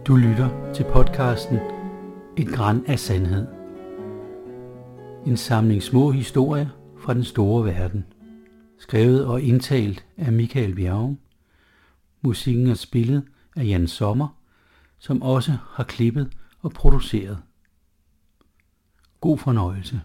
Du lytter til podcasten Et gran af sandhed. En samling små historier fra den store verden. Skrevet og indtalt af Michael Bjerrum. Musikken er spillet af Jan Sommer, som også har klippet og produceret. God fornøjelse.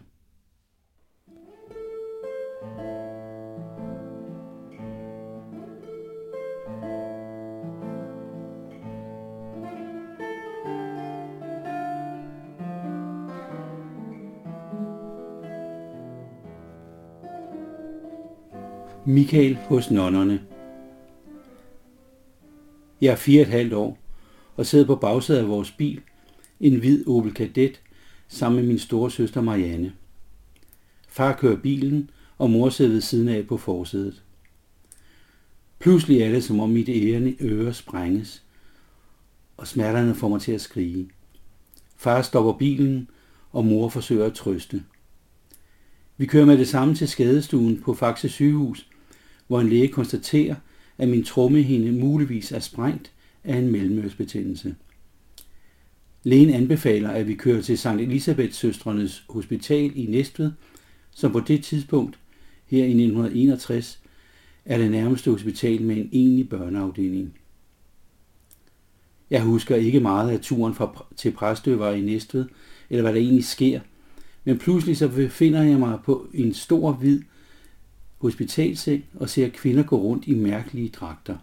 Michael hos nonnerne. Jeg er 4,5 år og sidder på bagsædet af vores bil, en hvid Opel Kadett, sammen med min store søster Marianne. Far kører bilen, og mor sidder ved siden af på forsædet. Pludselig er det, som om mit øre sprænges, og smerterne får mig til at skrige. Far stopper bilen, og mor forsøger at trøste. Vi kører med det samme til skadestuen på Faxe sygehus, hvor en læge konstaterer, at min trommehinde muligvis er sprængt af en mellemørebetændelse. Lægen anbefaler, at vi kører til Sankt Elisabeths Søstrenes Hospital i Næstved, som på det tidspunkt, her i 1961, er det nærmeste hospital med en egentlig børneafdeling. Jeg husker ikke meget af turen til Præstø var i Næstved, eller hvad der egentlig sker, men pludselig så befinder jeg mig på en stor hvid hospitalseng og ser kvinder gå rundt i mærkelige dragter.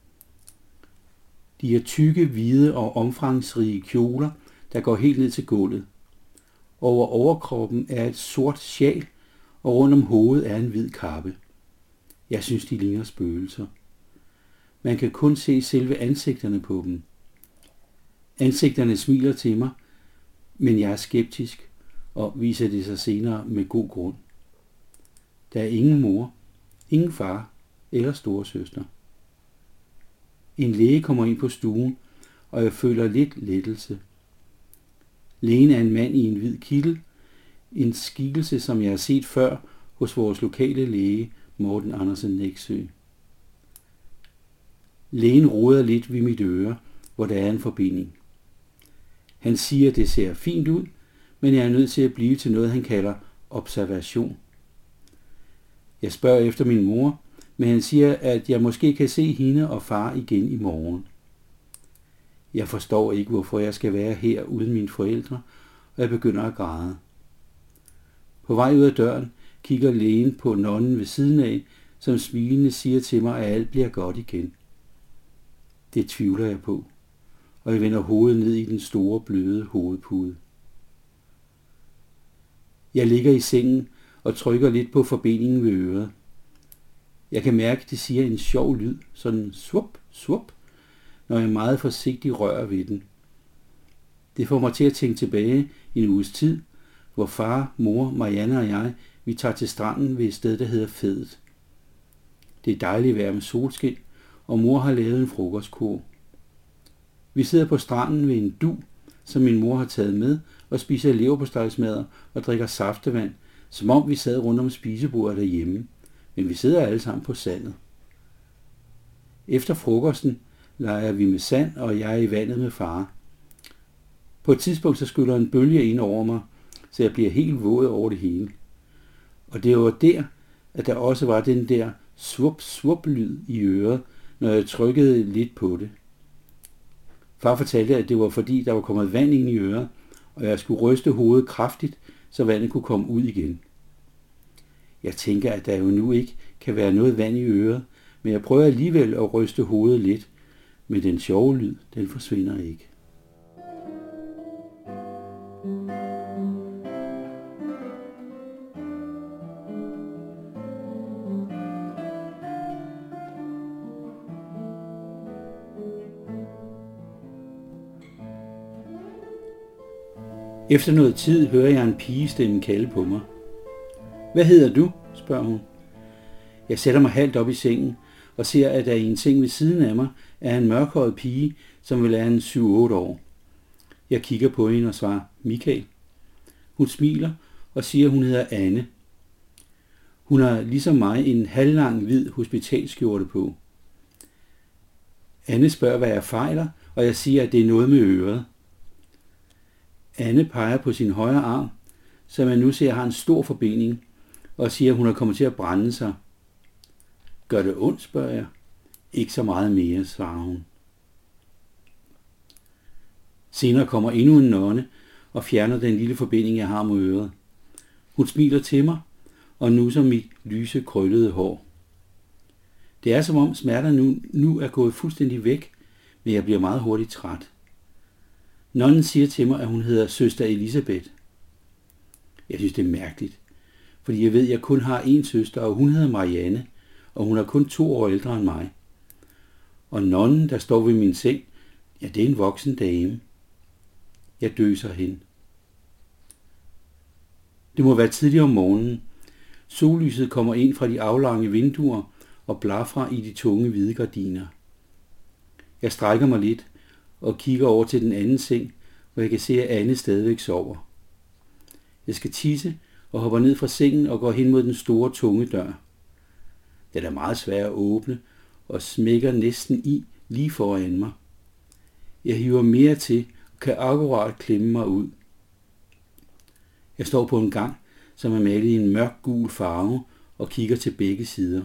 De er tykke, hvide og omfangsrige kjoler, der går helt ned til gulvet. Over overkroppen er et sort sjal, og rundt om hovedet er en hvid kappe. Jeg synes, de ligner spøgelser. Man kan kun se selve ansigterne på dem. Ansigterne smiler til mig, men jeg er skeptisk, og viser det sig senere med god grund. Der er ingen mor, ingen far eller storesøster. En læge kommer ind på stuen, og jeg føler lidt lettelse. Lægen er en mand i en hvid kittel, en skikkelse, som jeg har set før hos vores lokale læge, Morten Andersen Nexø. Lægen roder lidt ved mit øre, hvor der er en forbinding. Han siger, at det ser fint ud, men jeg er nødt til at blive til noget, han kalder observation. Jeg spørger efter min mor, men han siger, at jeg måske kan se hende og far igen i morgen. Jeg forstår ikke, hvorfor jeg skal være her uden mine forældre, og jeg begynder at græde. På vej ud af døren kigger lægen på nonnen ved siden af, som smilende siger til mig, at alt bliver godt igen. Det tvivler jeg på, og jeg vender hovedet ned i den store, bløde hovedpude. Jeg ligger i sengen og trykker lidt på forbindingen ved øret. Jeg kan mærke, at det siger en sjov lyd, sådan svup, svup, når jeg meget forsigtigt rører ved den. Det får mig til at tænke tilbage i en uges tid, hvor far, mor, Marianne og jeg, vi tager til stranden ved et sted, der hedder Fedet. Det er dejligt vejr med solskin, og mor har lavet en frokostkurv. Vi sidder på stranden ved en dug, som min mor har taget med, og spiser leverpostejsmadder og drikker saftevand, som om vi sad rundt om spisebordet derhjemme, men vi sidder alle sammen på sandet. Efter frokosten leger vi med sand, og jeg er i vandet med far. På et tidspunkt så skyller en bølge ind over mig, så jeg bliver helt våd over det hele. Og det var der, at der også var den der svup-svup-lyd i øret, når jeg trykkede lidt på det. Far fortalte, at det var fordi, der var kommet vand ind i øret, og jeg skulle ryste hovedet kraftigt, så vandet kunne komme ud igen. Jeg tænker, at der jo nu ikke kan være noget vand i øret, men jeg prøver alligevel at ryste hovedet lidt, men den sjove lyd, den forsvinder ikke. Efter noget tid hører jeg en pigestemme kalde på mig. Hvad hedder du? Spørger hun. Jeg sætter mig halvt op i sengen og ser, at der i en seng ved siden af mig er en mørkhåret pige, som vil være en 7-8 år. Jeg kigger på hende og svarer, Michael. Hun smiler og siger, at hun hedder Anne. Hun har ligesom mig en halvlang hvid hospitalskjorte på. Anne spørger, hvad jeg fejler, og jeg siger, at det er noget med øret. Anne peger på sin højre arm, som man nu ser har en stor forbening, og siger, at hun er kommet til at brænde sig. Gør det ondt, spørger jeg. Ikke så meget mere, svarer hun. Senere kommer endnu en nonne og fjerner den lille forbinding, jeg har mod øret. Hun smiler til mig og nusser mit lyse, krøllede hår. Det er som om smerterne nu er gået fuldstændig væk, men jeg bliver meget hurtigt træt. Nonnen siger til mig, at hun hedder søster Elisabeth. Jeg synes, det er mærkeligt, fordi jeg ved, at jeg kun har én søster, og hun hedder Marianne, og hun er kun 2 år ældre end mig. Og nonnen, der står ved min seng, ja, det er en voksen dame. Jeg døser hen. Det må være tidligt om morgenen. Sollyset kommer ind fra de aflange vinduer og blafrer i de tunge hvide gardiner. Jeg strækker mig lidt og kigger over til den anden seng, hvor jeg kan se, at Anne stadigvæk sover. Jeg skal tisse og hopper ned fra sengen og går hen mod den store, tunge dør. Den er meget svær at åbne og smækker næsten i lige foran mig. Jeg hiver mere til og kan akkurat klemme mig ud. Jeg står på en gang, som er malet i en mørk gul farve og kigger til begge sider.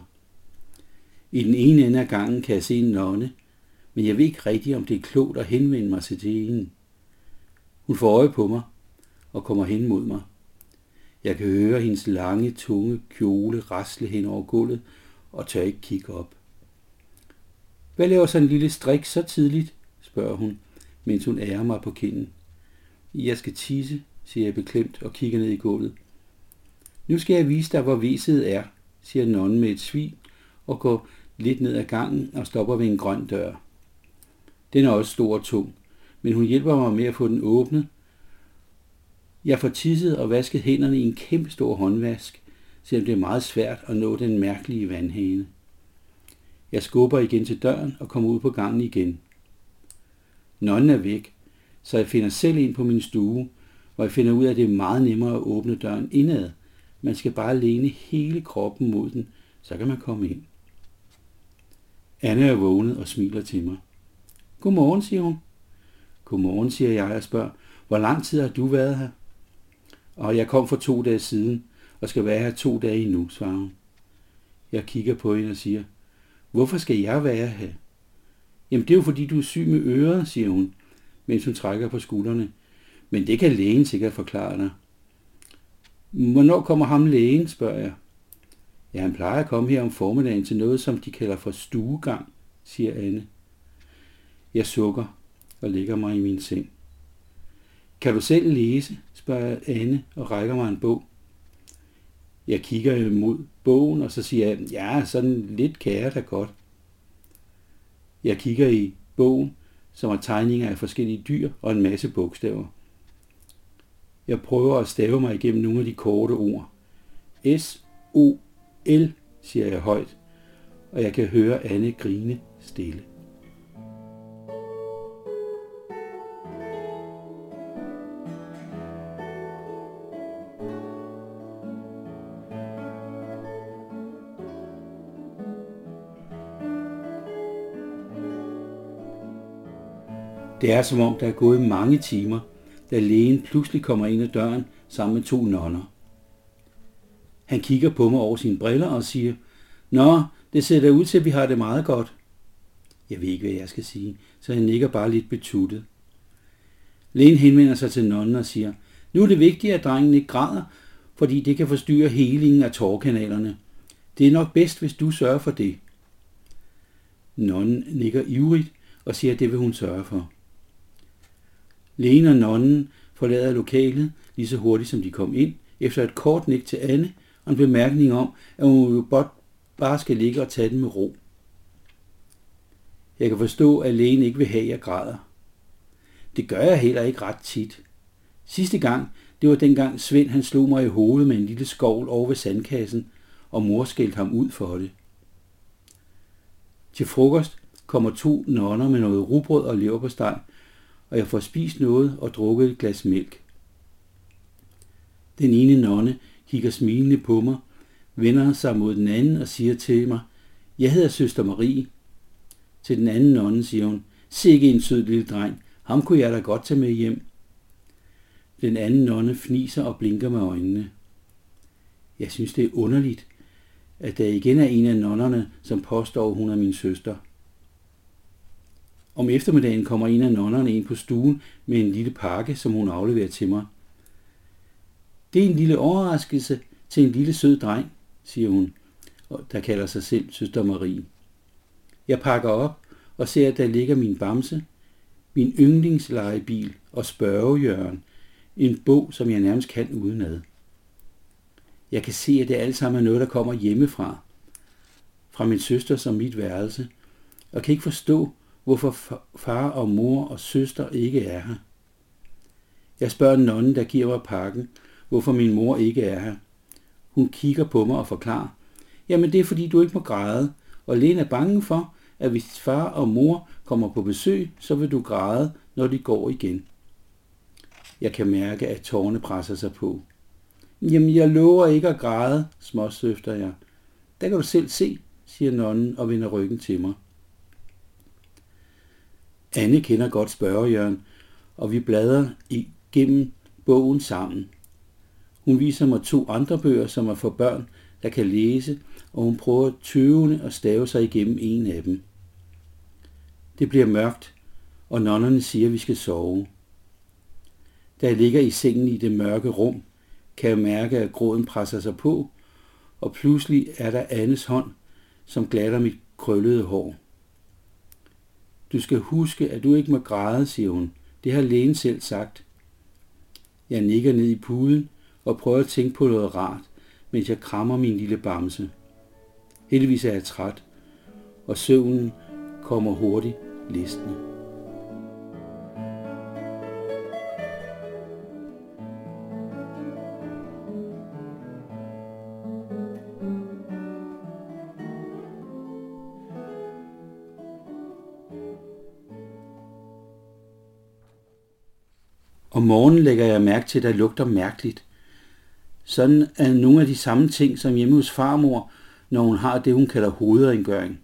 I den ene ende af gangen kan jeg se en nonne, men jeg ved ikke rigtigt, om det er klogt at henvende mig til hende. Hun får øje på mig og kommer hen mod mig. Jeg kan høre hendes lange, tunge kjole rasle hen over gulvet og tør ikke kigge op. Hvad laver sådan en lille strik så tidligt, spørger hun, mens hun ærer mig på kinden. Jeg skal tisse, siger jeg beklemt og kigger ned i gulvet. Nu skal jeg vise dig, hvor væsenet er, siger nonnen med et svin og går lidt ned ad gangen og stopper ved en grøn dør. Den er også stor og tung, men hun hjælper mig med at få den åbnet. Jeg får tisset og vasket hænderne i en kæmpe stor håndvask, selvom det er meget svært at nå den mærkelige vandhane. Jeg skubber igen til døren og kommer ud på gangen igen. Nonnen er væk, så jeg finder selv ind på min stue, hvor jeg finder ud af, at det er meget nemmere at åbne døren indad. Man skal bare læne hele kroppen mod den, så kan man komme ind. Anne er vågnet og smiler til mig. Godmorgen, siger hun. Godmorgen, siger jeg og spørger, hvor lang tid har du været her? Og jeg kom for 2 dage siden og skal være her 2 dage endnu, svarer hun. Jeg kigger på hende og siger, hvorfor skal jeg være her? Jamen det er jo fordi du er syg med øret, siger hun, mens hun trækker på skuldrene. Men det kan lægen sikkert forklare dig. Hvornår kommer ham lægen, spørger jeg. Ja, han plejer at komme her om formiddagen til noget, som de kalder for stuegang, siger Anne. Jeg sukker og lægger mig i min seng. Kan du selv læse, spørger Anne og rækker mig en bog. Jeg kigger imod bogen, og så siger jeg, ja, sådan lidt kan jeg da godt. Jeg kigger i bogen, som er tegninger af forskellige dyr og en masse bogstaver. Jeg prøver at stave mig igennem nogle af de korte ord. S-O-L, siger jeg højt, og jeg kan høre Anne grine stille. Det er som om, der er gået mange timer, da lægen pludselig kommer ind ad døren sammen med 2 nonner. Han kigger på mig over sine briller og siger, nå, det ser da ud til, at vi har det meget godt. Jeg ved ikke, hvad jeg skal sige, så jeg nikker bare lidt betuttet. Lægen henvender sig til nonnen og siger, nu er det vigtigt, at drengen ikke græder, fordi det kan forstyrre helingen af tårekanalerne. Det er nok bedst, hvis du sørger for det. Nonnen nikker ivrigt og siger, at det vil hun sørge for. Lægen og nonnen forlader lokalet lige så hurtigt, som de kom ind, efter et kort nik til Anne og en bemærkning om, at hun jo bare skal ligge og tage den med ro. Jeg kan forstå, at lægen ikke vil have, at jeg græder. Det gør jeg heller ikke ret tit. Sidste gang, det var dengang Svend han slog mig i hovedet med en lille skovl over ved sandkassen, og mor skældte ham ud for det. Til frokost kommer 2 nonner med noget rugbrød og leverpostej, og jeg får spist noget og drukket et glas mælk. Den ene nonne kigger smilende på mig, vender sig mod den anden og siger til mig, jeg hedder søster Marie. Til den anden nonne siger hun, Sikke en sød lille dreng. Ham kunne jeg da godt tage med hjem. Den anden nonne fniser og blinker med øjnene. Jeg synes, det er underligt, at der igen er en af nonnerne, som påstår, hun er min søster. Om eftermiddagen kommer en af nonnerne ind på stuen med en lille pakke, som hun afleverer til mig. Det er en lille overraskelse til en lille sød dreng, siger hun, der kalder sig selv søster Marie. Jeg pakker op og ser, at der ligger min bamse, min yndlingslegebil og spørgehjørn, en bog, som jeg nærmest kan udenad. Jeg kan se, at det alt sammen er noget, der kommer hjemmefra, fra min søster som mit værelse, og kan ikke forstå, hvorfor far og mor og søster ikke er her. Jeg spørger nonnen, der giver mig pakken, hvorfor min mor ikke er her. Hun kigger på mig og forklarer, jamen det er fordi du ikke må græde, og Lene er bange for, at hvis far og mor kommer på besøg, så vil du græde, når de går igen. Jeg kan mærke, at tårerne presser sig på. Jamen jeg lover ikke at græde, småsøfter jeg. Der kan du selv se, siger nonnen og vender ryggen til mig. Anne kender godt spørgehjørn, og vi bladrer igennem bogen sammen. Hun viser mig 2 andre bøger, som er for børn, der kan læse, og hun prøver tøvende at stave sig igennem en af dem. Det bliver mørkt, og nonnerne siger, at vi skal sove. Da jeg ligger i sengen i det mørke rum, kan jeg mærke, at gråden presser sig på, og pludselig er der Annes hånd, som glatter mit krøllede hår. Du skal huske, at du ikke må græde, siger hun. Det har lægen selv sagt. Jeg nikker ned i puden og prøver at tænke på noget rart, mens jeg krammer min lille bamse. Heldigvis er jeg træt, og søvnen kommer hurtigt listende. Om morgenen lægger jeg mærke til, at der lugter mærkeligt. Sådan er nogle af de samme ting som hjemme hos farmor, når hun har det, hun kalder hovedrengøring.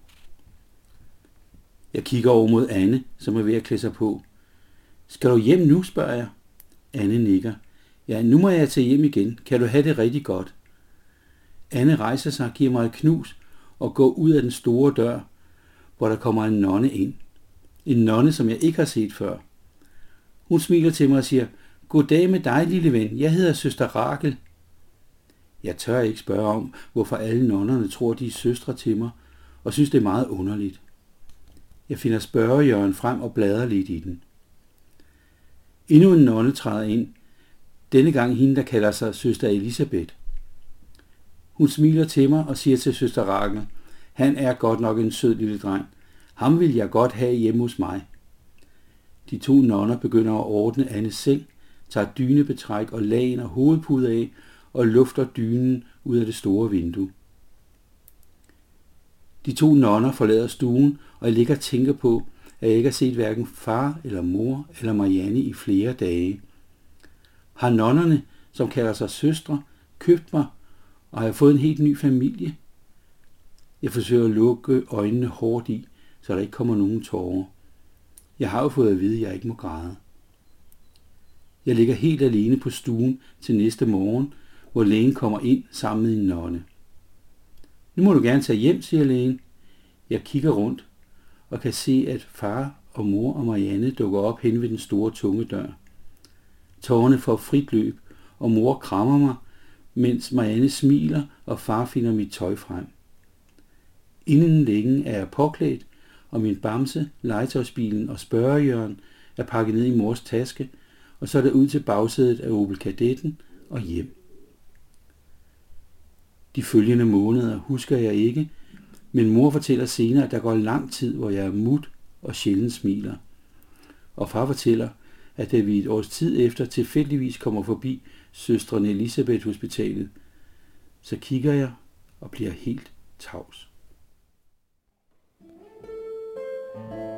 Jeg kigger over mod Anne, som er ved at klæde sig på. Skal du hjem nu, spørger jeg. Anne nikker. Ja, nu må jeg tage hjem igen. Kan du have det rigtig godt? Anne rejser sig, giver mig et knus og går ud af den store dør, hvor der kommer en nonne ind. En nonne, som jeg ikke har set før. Hun smiler til mig og siger, goddag med dig, lille ven. Jeg hedder søster Rakel. Jeg tør ikke spørge om, hvorfor alle nonnerne tror, de er søstre til mig, og synes, det er meget underligt. Jeg finder spørgehjørnen frem og bladrer lidt i den. Endnu en nonne træder ind. Denne gang hende, der kalder sig søster Elisabeth. Hun smiler til mig og siger til søster Rakel, han er godt nok en sød lille dreng. Ham vil jeg godt have hjemme hos mig. De 2 nonner begynder at ordne Annes seng, tager dynebetræk og lagen og hovedpude af og lufter dynen ud af det store vindue. De 2 nonner forlader stuen, og jeg ligger og tænker på, at jeg ikke har set hverken far eller mor eller Marianne i flere dage. Har nonnerne, som kalder sig søstre, købt mig, og har jeg fået en helt ny familie? Jeg forsøger at lukke øjnene hårdt i, så der ikke kommer nogen tårer. Jeg har jo fået at vide, at jeg ikke må græde. Jeg ligger helt alene på stuen til næste morgen, hvor lægen kommer ind sammen med en nonne. Nu må du gerne tage hjem, siger lægen. Jeg kigger rundt og kan se, at far og mor og Marianne dukker op hen ved den store tunge dør. Tårerne får frit løb, og mor krammer mig, mens Marianne smiler, og far finder mit tøj frem. Inden længe er jeg påklædt, og min bamse, legetøjsbilen og spørgehjørn er pakket ned i mors taske, og så er det ud til bagsædet af Opel Kadetten og hjem. De følgende måneder husker jeg ikke, men mor fortæller senere, at der går lang tid, hvor jeg er mut og sjældent smiler. Og far fortæller, at da vi et års tid efter tilfældigvis kommer forbi søstrene Elisabeth Hospitalet, så kigger jeg og bliver helt tavs.